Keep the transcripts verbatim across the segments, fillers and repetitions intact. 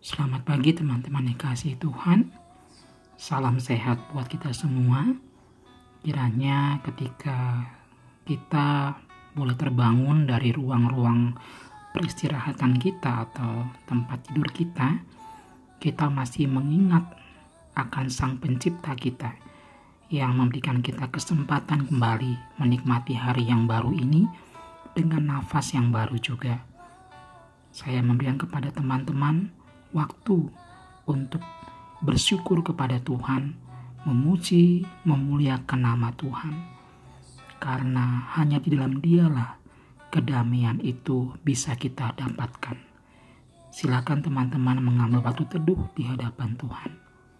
Selamat pagi teman-teman yang kasih Tuhan. Salam sehat buat kita semua. Kiranya ketika kita boleh terbangun dari ruang-ruang peristirahatan kita atau tempat tidur kita, kita masih mengingat akan Sang Pencipta kita yang memberikan kita kesempatan kembali menikmati hari yang baru ini dengan nafas yang baru juga. Saya memberikan kepada teman-teman waktu untuk bersyukur kepada Tuhan, memuji, memuliakan nama Tuhan. Karena hanya di dalam Dialah kedamaian itu bisa kita dapatkan. Silakan teman-teman mengambil waktu teduh di hadapan Tuhan.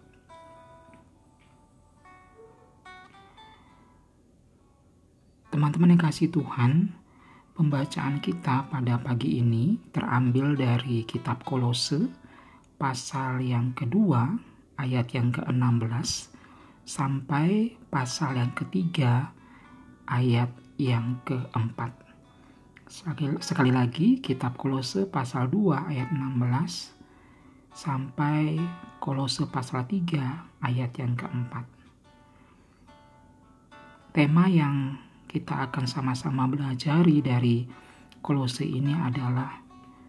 Teman-teman yang kasih Tuhan, pembacaan kita pada pagi ini terambil dari kitab Kolose pasal yang kedua ayat yang ke enam belas sampai pasal yang ketiga ayat yang keempat. Sekali, sekali lagi kitab Kolose pasal dua ayat enam belas sampai Kolose pasal tiga ayat yang keempat. Tema yang kita akan sama-sama belajari dari Kolose ini adalah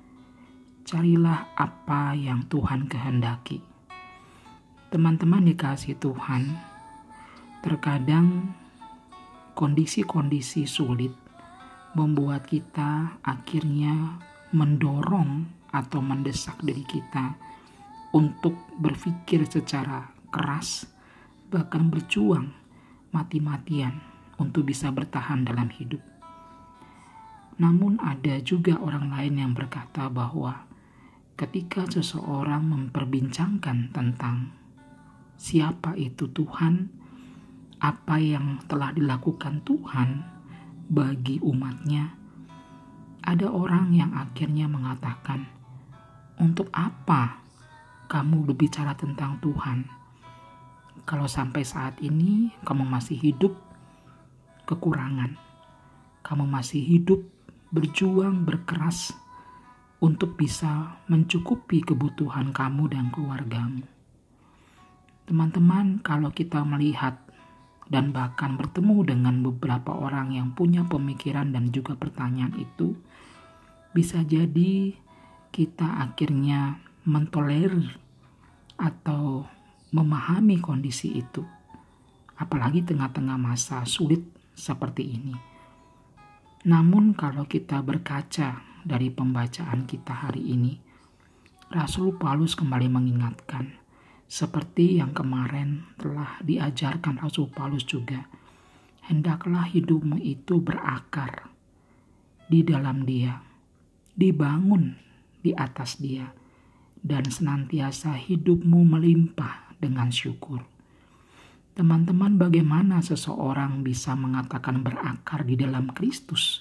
carilah apa yang Tuhan kehendaki. Teman-teman dikasih Tuhan, terkadang kondisi-kondisi sulit membuat kita akhirnya mendorong atau mendesak diri kita untuk berpikir secara keras, bahkan berjuang mati-matian untuk bisa bertahan dalam hidup. Namun ada juga orang lain yang berkata bahwa ketika seseorang memperbincangkan tentang siapa itu Tuhan, apa yang telah dilakukan Tuhan bagi umatnya, ada orang yang akhirnya mengatakan, untuk apa kamu berbicara tentang Tuhan? Kalau sampai saat ini kamu masih hidup kekurangan, kamu masih hidup berjuang berkeras untuk bisa mencukupi kebutuhan kamu dan keluargamu. Teman-teman, kalau kita melihat dan bahkan bertemu dengan beberapa orang yang punya pemikiran dan juga pertanyaan itu, bisa jadi kita akhirnya mentolerir atau memahami kondisi itu, apalagi tengah-tengah masa sulit seperti ini. Namun kalau kita berkaca dari pembacaan kita hari ini, Rasul Paulus kembali mengingatkan, seperti yang kemarin telah diajarkan Rasul Paulus juga, hendaklah hidupmu itu berakar di dalam Dia, dibangun di atas Dia, dan senantiasa hidupmu melimpah dengan syukur. Teman-teman, bagaimana seseorang bisa mengatakan berakar di dalam Kristus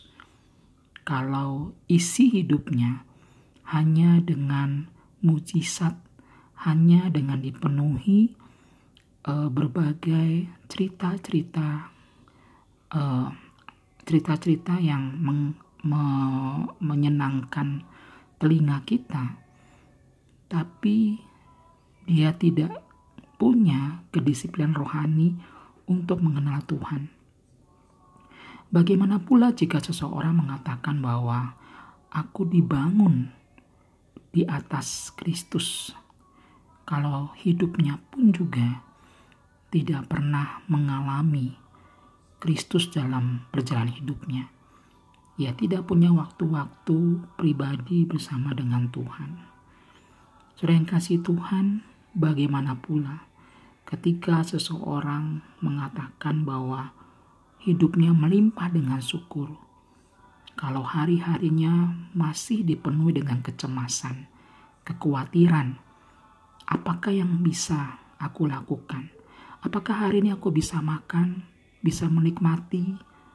kalau isi hidupnya hanya dengan mujizat, hanya dengan dipenuhi uh, berbagai cerita-cerita, uh, cerita-cerita yang meng, me, menyenangkan telinga kita, tapi dia tidak punya kedisiplinan rohani untuk mengenal Tuhan. Bagaimana pula jika seseorang mengatakan bahwa aku dibangun di atas Kristus, kalau hidupnya pun juga tidak pernah mengalami Kristus dalam perjalanan hidupnya. Ia tidak punya waktu-waktu pribadi bersama dengan Tuhan. Saudara yang kasih Tuhan, bagaimana pula ketika seseorang mengatakan bahwa hidupnya melimpah dengan syukur, kalau hari-harinya masih dipenuhi dengan kecemasan, kekhawatiran, apakah yang bisa aku lakukan? Apakah hari ini aku bisa makan, bisa menikmati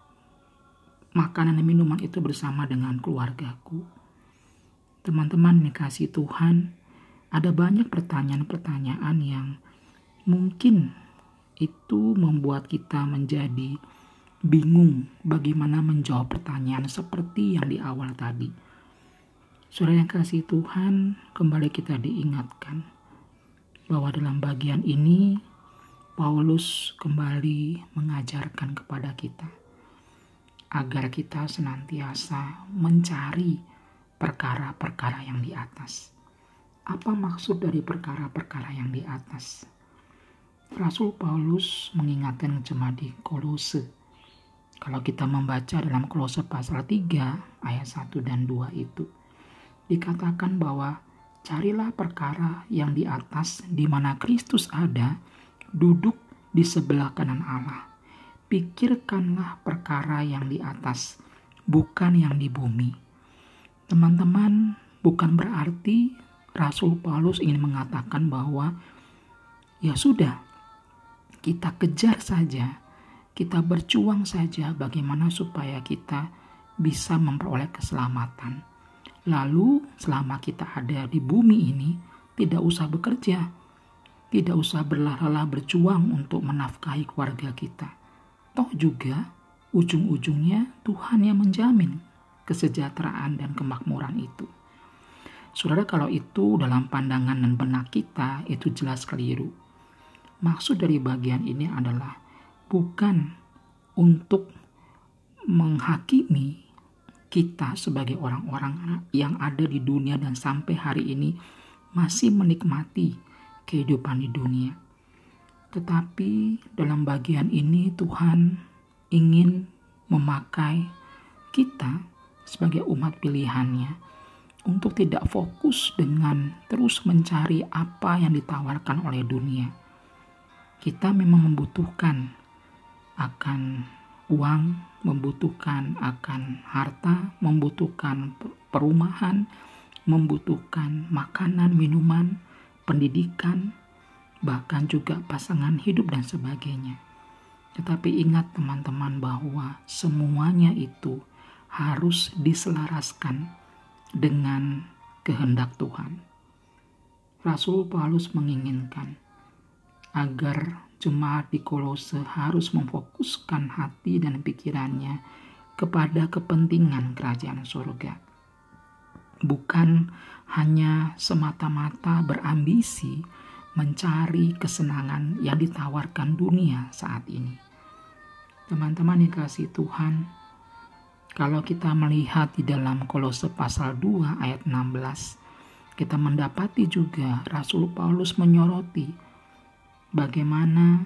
makanan dan minuman itu bersama dengan keluargaku? Teman-teman dikasih Tuhan, ada banyak pertanyaan-pertanyaan yang mungkin itu membuat kita menjadi bingung bagaimana menjawab pertanyaan seperti yang di awal tadi. Saudara yang kasih Tuhan, kembali kita diingatkan bahwa dalam bagian ini Paulus kembali mengajarkan kepada kita agar kita senantiasa mencari perkara-perkara yang di atas. Apa maksud dari perkara-perkara yang di atas? Rasul Paulus mengingatkan jemaat di Kolose. Kalau kita membaca dalam Kolose pasal tiga ayat satu dan dua itu, dikatakan bahwa carilah perkara yang di atas di mana Kristus ada, duduk di sebelah kanan Allah. Pikirkanlah perkara yang di atas, bukan yang di bumi. Teman-teman, bukan berarti Rasul Paulus ingin mengatakan bahwa ya sudah, kita kejar saja, kita berjuang saja bagaimana supaya kita bisa memperoleh keselamatan. Lalu selama kita ada di bumi ini, tidak usah bekerja, tidak usah berlelah-lelah berjuang untuk menafkahi keluarga kita. Toh juga ujung-ujungnya Tuhan yang menjamin kesejahteraan dan kemakmuran itu. Saudara, kalau itu dalam pandangan dan benak kita, itu jelas keliru. Maksud dari bagian ini adalah bukan untuk menghakimi kita sebagai orang-orang yang ada di dunia dan sampai hari ini masih menikmati kehidupan di dunia. Tetapi dalam bagian ini Tuhan ingin memakai kita sebagai umat pilihannya untuk tidak fokus dengan terus mencari apa yang ditawarkan oleh dunia. Kita memang membutuhkan akan uang, membutuhkan akan harta, membutuhkan perumahan, membutuhkan makanan, minuman, pendidikan, bahkan juga pasangan hidup dan sebagainya. Tetapi ingat teman-teman bahwa semuanya itu harus diselaraskan dengan kehendak Tuhan. Rasul Paulus menginginkan agar jemaat di Kolose harus memfokuskan hati dan pikirannya kepada kepentingan kerajaan surga. Bukan hanya semata-mata berambisi mencari kesenangan yang ditawarkan dunia saat ini. Teman-teman yang kasih Tuhan, kalau kita melihat di dalam Kolose pasal dua ayat enam belas, kita mendapati juga Rasul Paulus menyoroti bagaimana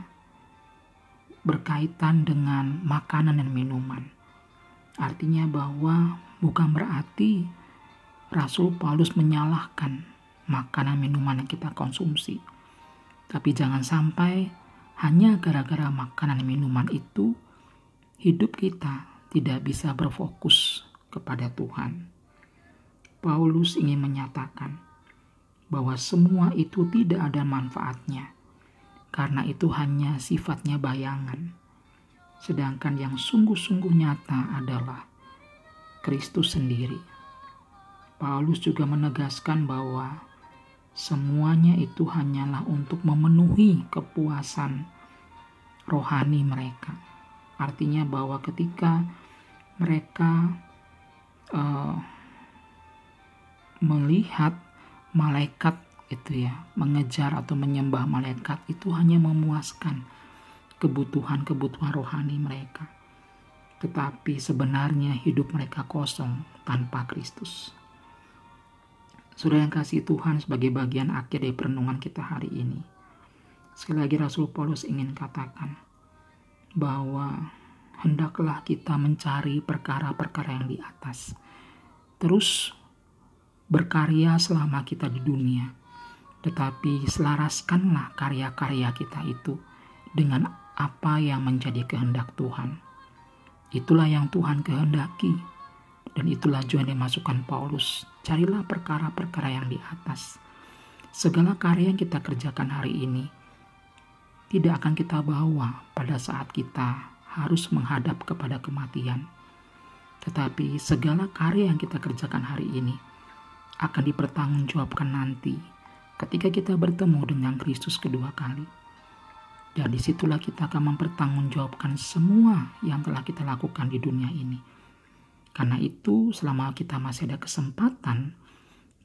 berkaitan dengan makanan dan minuman. Artinya bahwa bukan berarti Rasul Paulus menyalahkan makanan minuman yang kita konsumsi. Tapi jangan sampai hanya gara-gara makanan dan minuman itu hidup kita tidak bisa berfokus kepada Tuhan. Paulus ingin menyatakan bahwa semua itu tidak ada manfaatnya, karena itu hanya sifatnya bayangan. Sedangkan yang sungguh-sungguh nyata adalah Kristus sendiri. Paulus juga menegaskan bahwa semuanya itu hanyalah untuk memenuhi kepuasan rohani mereka. Artinya bahwa ketika mereka uh, melihat malaikat itu ya, mengejar atau menyembah malaikat itu hanya memuaskan kebutuhan-kebutuhan rohani mereka. Tetapi sebenarnya hidup mereka kosong tanpa Kristus. Saudara yang kasih Tuhan, sebagai bagian akhir dari perenungan kita hari ini, sekali lagi Rasul Paulus ingin katakan bahwa hendaklah kita mencari perkara-perkara yang di atas. Terus berkarya selama kita di dunia, tetapi selaraskanlah karya-karya kita itu dengan apa yang menjadi kehendak Tuhan. Itulah yang Tuhan kehendaki, dan itulah juga yang dimasukkan Paulus. Carilah perkara-perkara yang di atas. Segala karya yang kita kerjakan hari ini tidak akan kita bawa pada saat kita harus menghadap kepada kematian. Tetapi segala karya yang kita kerjakan hari ini akan dipertanggungjawabkan nanti ketika kita bertemu dengan Kristus kedua kali. Dan disitulah kita akan mempertanggungjawabkan semua yang telah kita lakukan di dunia ini. Karena itu selama kita masih ada kesempatan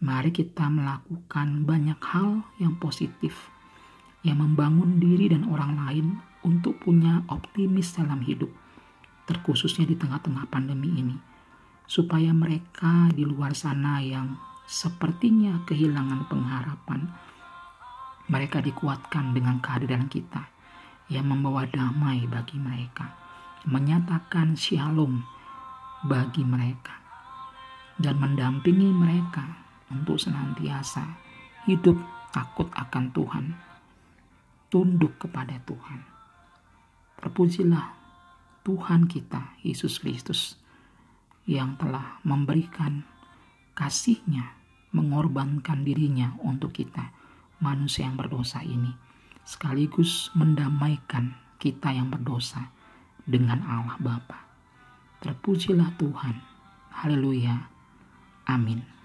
Mari kita melakukan banyak hal yang positif, yang membangun diri dan orang lain untuk punya optimis dalam hidup, terkhususnya di tengah-tengah pandemi ini, supaya mereka di luar sana yang sepertinya kehilangan pengharapan, mereka dikuatkan dengan kehadiran kita yang membawa damai bagi mereka, menyatakan shalom bagi mereka, dan mendampingi mereka untuk senantiasa hidup takut akan Tuhan, tunduk kepada Tuhan. Terpujilah Tuhan kita, Yesus Kristus, yang telah memberikan kasih-Nya, mengorbankan dirinya untuk kita, manusia yang berdosa ini, sekaligus mendamaikan kita yang berdosa dengan Allah Bapa. Terpujilah Tuhan. Haleluya. Amin.